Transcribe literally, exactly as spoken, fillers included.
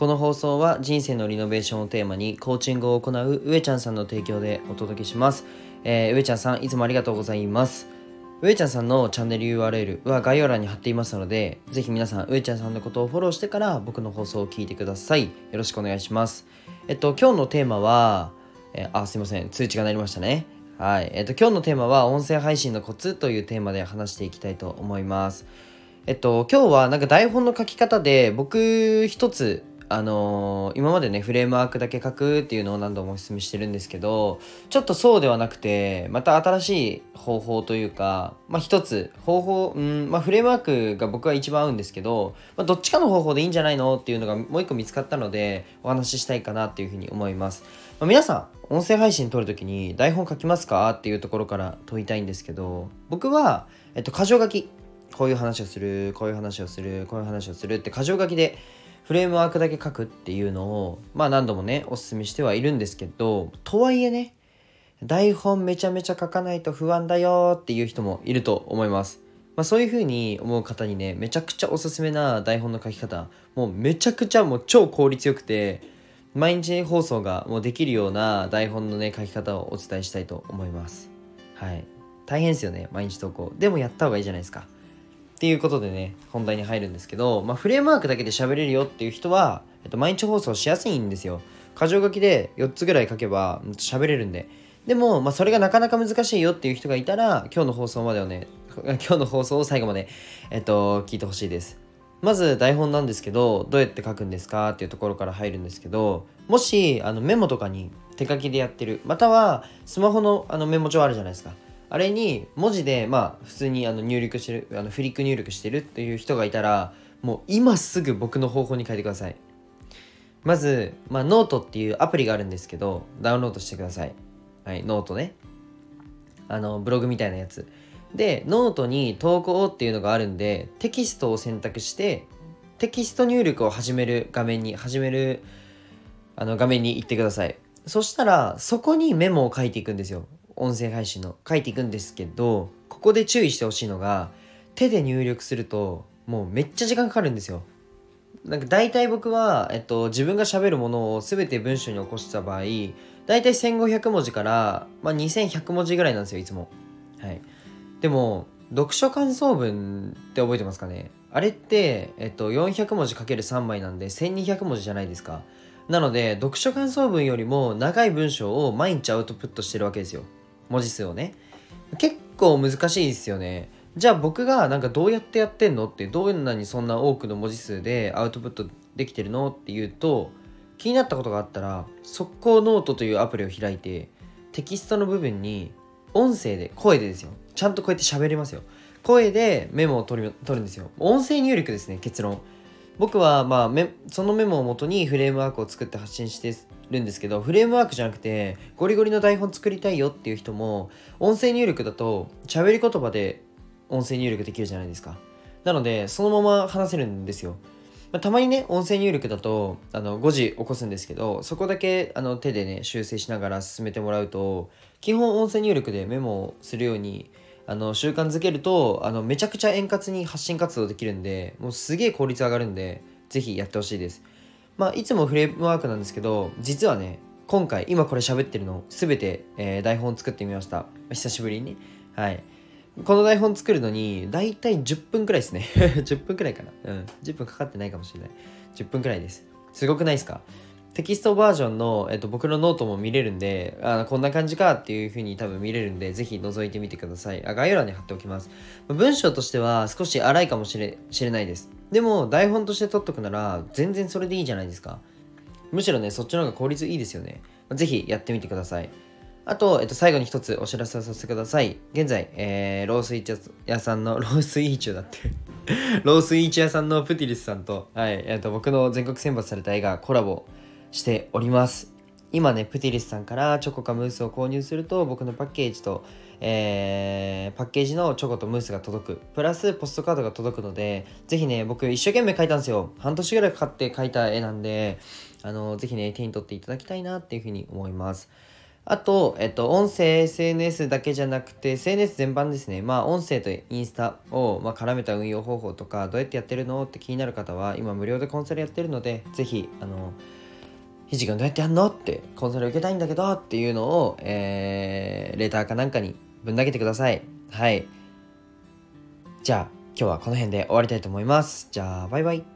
この放送は人生のリノベーションをテーマにコーチングを行う上ちゃんさんの提供でお届けします。えー、上ちゃんさんいつもありがとうございます。上ちゃんさんのチャンネル ユーアールエル は概要欄に貼っていますので、ぜひ皆さん上ちゃんさんのことをフォローしてから僕の放送を聞いてください。よろしくお願いします。えっと今日のテーマは、えー、あすいません通知が鳴りましたね。はい、えっと今日のテーマは音声配信のコツというテーマで話していきたいと思います。えっと今日はなんか台本の書き方で僕一つあのー、今までねフレームワークだけ書くっていうのを何度もお勧めしてるんですけど、ちょっとそうではなくてまた新しい方法というか、まあ一つ方法、うんまあ、フレームワークが僕は一番合うんですけど、まあ、どっちかの方法でいいんじゃないのっていうのがもう一個見つかったのでお話ししたいかなっていうふうに思います。まあ、皆さん音声配信撮るときに台本書きますかっていうところから問いたいんですけど、僕は、えっと、箇条書き、こういう話をするこういう話をするこういう話をするって箇条書きでフレームワークだけ書くっていうのをまあ何度もねお勧めしてはいるんですけど、とはいえね台本めちゃめちゃ書かないと不安だよっていう人もいると思います。まあそういう風に思う方にねめちゃくちゃおすすめな台本の書き方、もうめちゃくちゃもう超効率よくて毎日放送がもうできるような台本のね書き方をお伝えしたいと思います。はい、大変ですよね毎日投稿。でもやった方がいいじゃないですかっていうことでね本題に入るんですけど、まあ、フレームワークだけで喋れるよっていう人は、えっと、毎日放送しやすいんですよ。箇条書きでよっつぐらい書けば喋れるんで。でも、まあ、それがなかなか難しいよっていう人がいたら今日の放送までをね今日の放送を最後まで、えっと、聞いてほしいです。まず台本なんですけど、どうやって書くんですかっていうところから入るんですけど、もしあのメモとかに手書きでやってる、またはスマホのあのメモ帳あるじゃないですか、あれに文字でまあ普通にあの入力してる、あのフリック入力してるっていう人がいたら、もう今すぐ僕の方法に書いてください。まず、まあ、ノートっていうアプリがあるんですけど、ダウンロードしてください。はい、ノートね。あのブログみたいなやつで、ノートに投稿っていうのがあるんで、テキストを選択してテキスト入力を始める画面に始めるあの画面に行ってください。そしたらそこにメモを書いていくんですよ。音声配信の書いていくんですけど、ここで注意してほしいのが、手で入力するともうめっちゃ時間かかるんですよ。なんか大体僕は、えっと、自分が喋るものを全て文章に起こした場合、大体せんごひゃくもじから、まあ、にせんひゃくもじぐらいなんですよいつも。はい。でも読書感想文って覚えてますかね。あれって、えっと、よんひゃくもじかけるさんまいなんでせんにひゃくもじじゃないですか。なので読書感想文よりも長い文章を毎日アウトプットしてるわけですよ、文字数をね。結構難しいですよね。じゃあ僕がなんかどうやってやってんのって、どんなにそんな多くの文字数でアウトプットできてるのっていうと、気になったことがあったら速攻ノートというアプリを開いて、テキストの部分に音声で声でですよ、ちゃんとこうやって喋れますよ。声でメモを取る、取るんですよ。音声入力ですね、結論。僕はまあメそのメモを元にフレームワークを作って発信してるんですけど、フレームワークじゃなくてゴリゴリの台本作りたいよっていう人も、音声入力だと喋り言葉で音声入力できるじゃないですか。なのでそのまま話せるんですよ。まあ、たまにね音声入力だとあの誤字起こすんですけど、そこだけあの手でね修正しながら進めてもらうと、基本音声入力でメモをするようにあの習慣づけると、あのめちゃくちゃ円滑に発信活動できるんで、もうすげえ効率上がるんで、ぜひやってほしいです。まあいつもフレームワークなんですけど、実はね今回今これ喋ってるのすべて、えー、台本作ってみました。久しぶりにね。はい。この台本作るのにだいたいじゅっぷんくらいですねじゅっぷんくらいかな。うんじゅっぷんかかってないかもしれない。じゅっぷんくらいです。すごくないですか。テキストバージョンの、えっと、僕のノートも見れるんで、あこんな感じかっていう風に多分見れるんで、ぜひ覗いてみてください。あ概要欄に貼っておきます。文章としては少し荒いかもしれしれないです。でも台本として取っとくなら全然それでいいじゃないですか。むしろねそっちの方が効率いいですよね。ぜひやってみてください。あと、えっと、最後に一つお知らせをさせてください。現在、えー、ロースイーツ屋さんの、ロースイーチューだってロースイーチュー屋さんのプティリスさんと、はい、えっと、僕の全国選抜された絵がコラボしております。今ね、プティリスさんからチョコかムースを購入すると、僕のパッケージと、えー、パッケージのチョコとムースが届く。プラス、ポストカードが届くので、ぜひね、僕一生懸命描いたんですよ。半年ぐらいかかって描いた絵なんで、あの、ぜひね、手に取っていただきたいなっていうふうに思います。 あと、えっと、音声 エスエヌエス だけじゃなくて エスエヌエス 全般ですね。まあ音声とインスタを、まあ、絡めた運用方法とかどうやってやってるのって気になる方は今無料でコンサルやってるので、ぜひあのひじくんどうやってやんのってコンサル受けたいんだけどっていうのを、えー、レターかなんかにぶん投げてください。はい。じゃあ今日はこの辺で終わりたいと思います。じゃあバイバイ。